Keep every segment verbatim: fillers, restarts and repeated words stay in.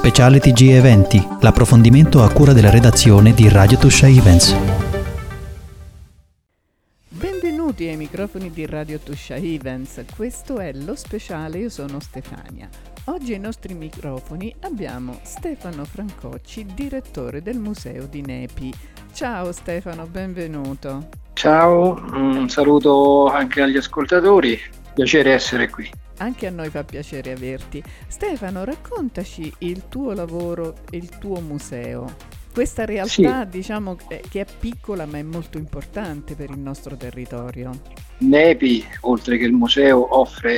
Speciale T G Eventi, l'approfondimento a cura della redazione di Radio Tuscia Events. Benvenuti ai microfoni di Radio Tuscia Events, questo è lo speciale, io sono Stefania. Oggi ai nostri microfoni abbiamo Stefano Francocci, direttore del Museo di Nepi. Ciao Stefano, benvenuto. Ciao, un saluto anche agli ascoltatori, piacere essere qui. Anche a noi fa piacere averti. Stefano, raccontaci il tuo lavoro e il tuo museo. Questa realtà, sì, diciamo che è piccola ma è molto importante per il nostro territorio. Nepi, oltre che il museo, offre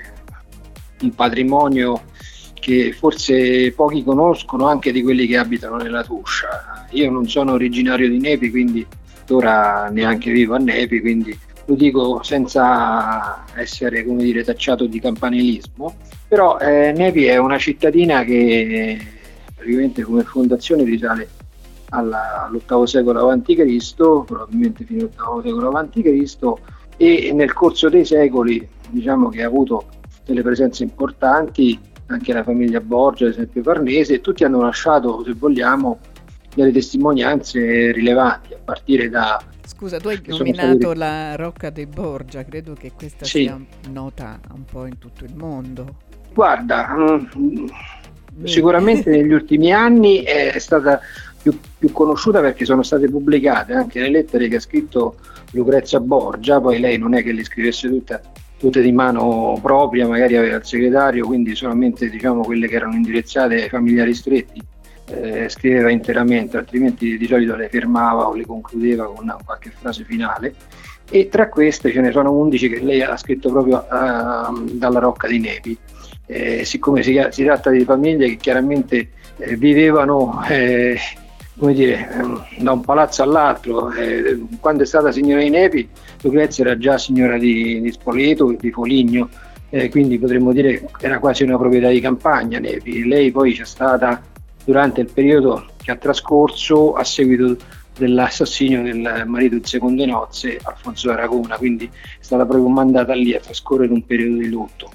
un patrimonio che forse pochi conoscono, anche di quelli che abitano nella Tuscia. Io non sono originario di Nepi, quindi ora neanche vivo a Nepi, quindi lo dico senza essere, come dire, tacciato di campanilismo, però eh, Nepi è una cittadina che praticamente come fondazione risale alla, all'ottavo secolo avanti Cristo, probabilmente fino all'ottavo secolo avanti Cristo, e nel corso dei secoli diciamo che ha avuto delle presenze importanti, anche la famiglia Borgia, ad esempio Farnese, e tutti hanno lasciato, se vogliamo, delle testimonianze rilevanti, a partire da... Scusa, tu hai nominato stati... la Rocca dei Borgia, credo che questa sì. sia nota un po' in tutto il mondo. Guarda, mh, sicuramente negli ultimi anni è stata più, più conosciuta perché sono state pubblicate anche le lettere che ha scritto Lucrezia Borgia, poi lei non è che le scrivesse tutte, tutte di mano propria, magari aveva il segretario, quindi solamente diciamo quelle che erano indirizzate ai familiari stretti. Eh, scriveva interamente, altrimenti di solito le fermava o le concludeva con una, qualche frase finale, e tra queste ce ne sono undici che lei ha scritto proprio uh, dalla Rocca di Nepi. Eh, siccome si, si tratta di famiglie che chiaramente eh, vivevano eh, come dire, eh, da un palazzo all'altro, eh, quando è stata signora di Nepi, Lucrezia era già signora di, di Spoleto e di Foligno, eh, quindi potremmo dire che era quasi una proprietà di campagna Nepi. Lei poi c'è stata durante il periodo che ha trascorso a seguito dell'assassinio del marito in seconde nozze, Alfonso d'Aragona, quindi è stata proprio mandata lì a trascorrere un periodo di lutto.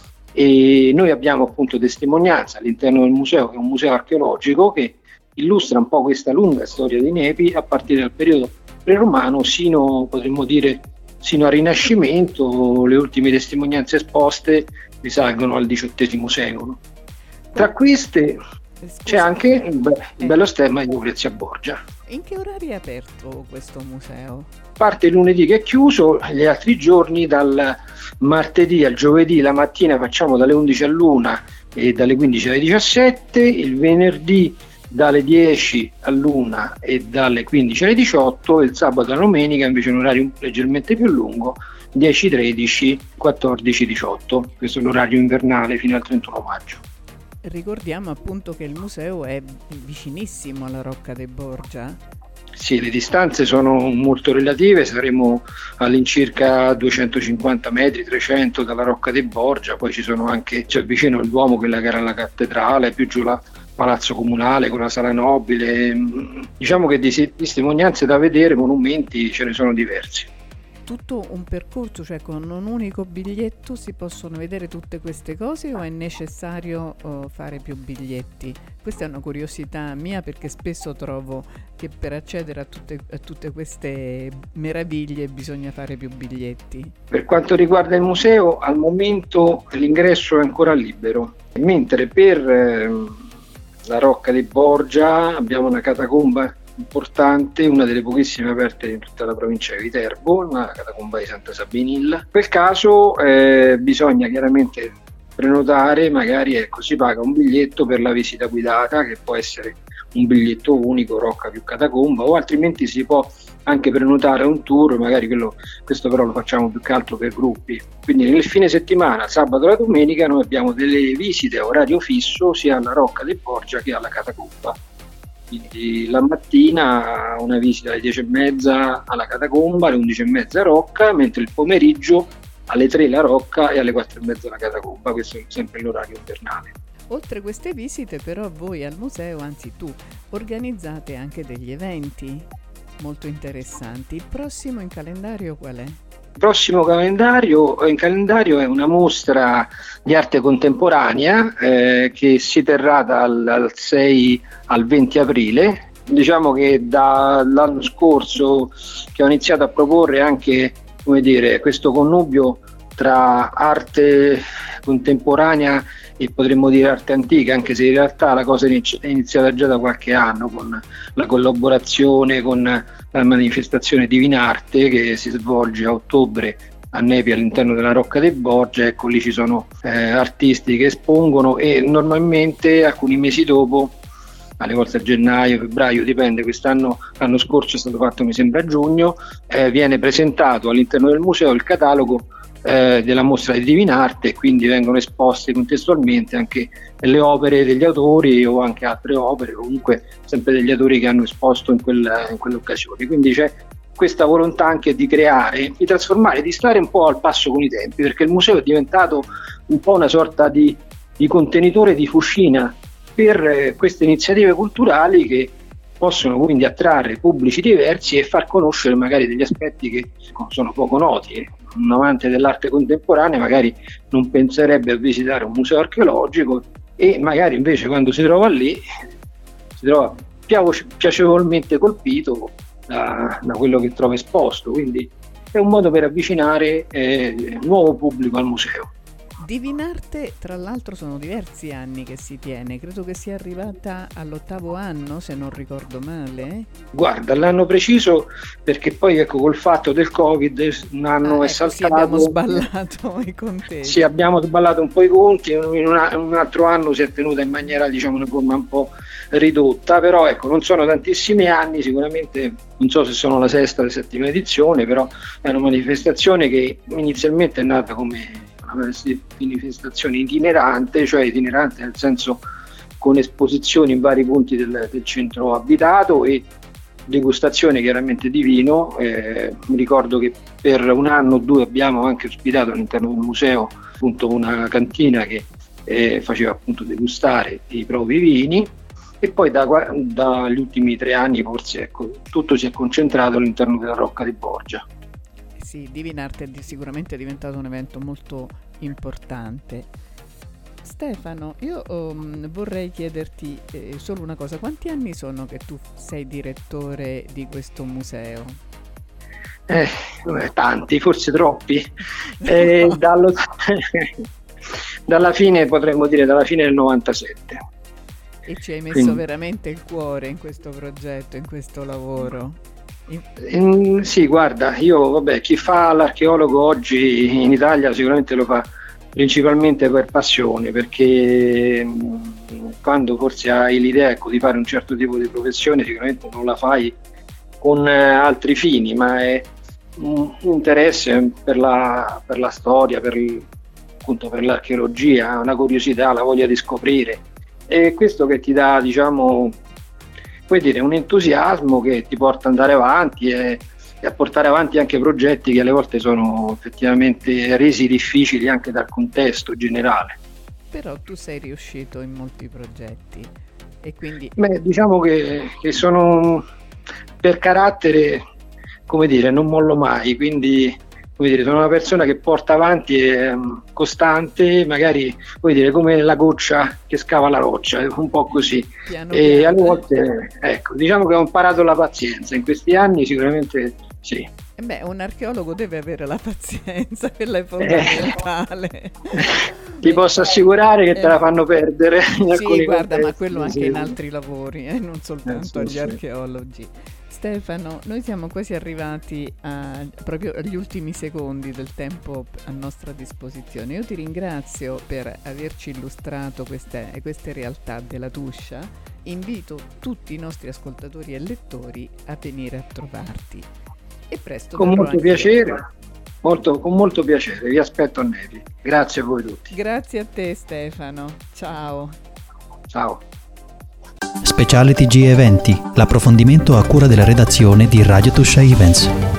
E noi abbiamo appunto testimonianza all'interno del museo, che è un museo archeologico che illustra un po' questa lunga storia di Nepi a partire dal periodo preromano sino, potremmo dire, sino al Rinascimento. Le ultime testimonianze esposte risalgono al diciottesimo secolo. Tra queste Scusa. C'è anche il, be- il bello stemma di Lucrezia Borgia. In che orari è aperto questo museo? Parte il lunedì che è chiuso, gli altri giorni dal martedì al giovedì la mattina facciamo dalle undici all'una e dalle quindici alle diciassette, il venerdì dalle dieci all'una e dalle quindici alle diciotto, e il sabato e la domenica invece un orario leggermente più lungo, dieci tredici, quattordici diciotto. Questo è l'orario invernale fino al trentuno maggio. Ricordiamo appunto che il museo è vicinissimo alla Rocca dei Borgia. Sì, le distanze sono molto relative, saremo all'incirca duecentocinquanta metri, trecento dalla Rocca dei Borgia, poi ci sono anche, c'è vicino il Duomo, quella che era la cattedrale, più giù la Palazzo Comunale con la Sala Nobile. Diciamo che di testimonianze da vedere, monumenti, ce ne sono diversi. Tutto un percorso, cioè con un unico biglietto si possono vedere tutte queste cose o è necessario uh, fare più biglietti? Questa è una curiosità mia, perché spesso trovo che per accedere a tutte, a tutte queste meraviglie bisogna fare più biglietti. Per quanto riguarda il museo, al momento l'ingresso è ancora libero, mentre per eh, la Rocca dei Borgia abbiamo una catacomba importante, una delle pochissime aperte in tutta la provincia di Viterbo, la catacomba di Santa Sabinilla. In quel caso eh, bisogna chiaramente prenotare, magari ecco, si paga un biglietto per la visita guidata, che può essere un biglietto unico, Rocca più catacomba, o altrimenti si può anche prenotare un tour, magari quello, questo però lo facciamo più che altro per gruppi. Quindi nel fine settimana, sabato e la domenica, noi abbiamo delle visite a orario fisso sia alla Rocca dei Borgia che alla catacomba. Quindi la mattina una visita alle dieci e mezza alla catacomba, alle undici e mezza a Rocca, mentre il pomeriggio alle tre la Rocca e alle quattro e mezza la catacomba. Questo è sempre l'orario invernale. Oltre queste visite, però, voi al museo, anzi tu, organizzate anche degli eventi molto interessanti. Il prossimo in calendario qual è? Il prossimo calendario, in calendario è una mostra di arte contemporanea eh, che si terrà dal, dal sei al venti aprile. Diciamo che dall'anno scorso che ho iniziato a proporre anche, come dire, questo connubio tra arte contemporanea e potremmo dire arte antica, anche se in realtà la cosa è iniziata già da qualche anno con la collaborazione con la manifestazione Divinarte che si svolge a ottobre a Nepi all'interno della Rocca dei Borgia. Ecco, lì ci sono eh, artisti che espongono e normalmente alcuni mesi dopo, alle volte a gennaio, febbraio, dipende, quest'anno, l'anno scorso è stato fatto mi sembra a giugno, eh, viene presentato all'interno del museo il catalogo eh, della mostra di Divinarte e quindi vengono esposte contestualmente anche le opere degli autori o anche altre opere, comunque sempre degli autori che hanno esposto in, quella, in quell'occasione. Quindi c'è questa volontà anche di creare, di trasformare, di stare un po' al passo con i tempi, perché il museo è diventato un po' una sorta di, di contenitore di fucina per eh, queste iniziative culturali che possono quindi attrarre pubblici diversi e far conoscere magari degli aspetti che sono poco noti. Un amante dell'arte contemporanea magari non penserebbe a visitare un museo archeologico e magari invece quando si trova lì si trova piacevolmente colpito da, da quello che trova esposto, quindi è un modo per avvicinare eh, nuovo pubblico al museo. Divinarte, tra l'altro, sono diversi anni che si tiene, credo che sia arrivata all'ottavo anno, se non ricordo male. Guarda, l'anno preciso, perché poi ecco col fatto del Covid un anno ah, è ecco, saltato. Sì, abbiamo sballato i conteggi. Sì, abbiamo sballato un po' i conti, in una, un altro anno si è tenuta in maniera, diciamo, una forma un po' ridotta, però ecco, non sono tantissimi anni, sicuramente non so se sono la sesta o la settima edizione, però è una manifestazione che inizialmente è nata come manifestazione itinerante, cioè itinerante nel senso con esposizioni in vari punti del, del centro abitato e degustazione chiaramente di vino. Eh, mi ricordo che per un anno o due abbiamo anche ospitato all'interno del museo appunto una cantina che eh, faceva appunto degustare i propri vini e poi da, dagli ultimi tre anni forse ecco, tutto si è concentrato all'interno della Rocca di Borgia. Sì, Divinarte è sicuramente diventato un evento molto importante. Stefano, io um, vorrei chiederti eh, solo una cosa: quanti anni sono che tu sei direttore di questo museo? Eh, tanti, forse troppi. Eh, dallo, dalla fine, potremmo dire, dalla fine del novantasette. E ci hai messo Quindi, veramente il cuore in questo progetto, in questo lavoro? In, sì, guarda, io vabbè, chi fa l'archeologo oggi in Italia sicuramente lo fa principalmente per passione, perché mh, quando forse hai l'idea ecco, di fare un certo tipo di professione sicuramente non la fai con eh, altri fini, ma è un interesse per la, per la storia, per, appunto, per l'archeologia, una curiosità, la voglia di scoprire, e questo che ti dà, diciamo, puoi dire, un entusiasmo che ti porta ad andare avanti e, e a portare avanti anche progetti che alle volte sono effettivamente resi difficili anche dal contesto generale. Però tu sei riuscito in molti progetti e quindi... Beh, diciamo che, che sono per carattere, come dire, non mollo mai, quindi come dire, sono una persona che porta avanti, è costante, magari come dire, come la goccia che scava la roccia, un po' così. Piano e piano. Alle volte, ecco, diciamo che ho imparato la pazienza in questi anni, sicuramente sì. E beh, un archeologo deve avere la pazienza, quella è fondamentale. Eh, ti posso assicurare che te la fanno perdere. In sì, guarda, contesti, ma quello anche sì. in altri lavori, eh, non soltanto eh, agli sì, archeologi. Stefano, noi siamo quasi arrivati a, proprio agli ultimi secondi del tempo a nostra disposizione. Io ti ringrazio per averci illustrato queste, queste realtà della Tuscia. Invito tutti i nostri ascoltatori e lettori a venire a trovarti. E presto. Con molto anche piacere, molto, con molto piacere, vi aspetto a Nepi. Grazie a voi tutti. Grazie a te Stefano, ciao. Ciao. Speciale T G Eventi, l'approfondimento a cura della redazione di Radio Tuscia Events.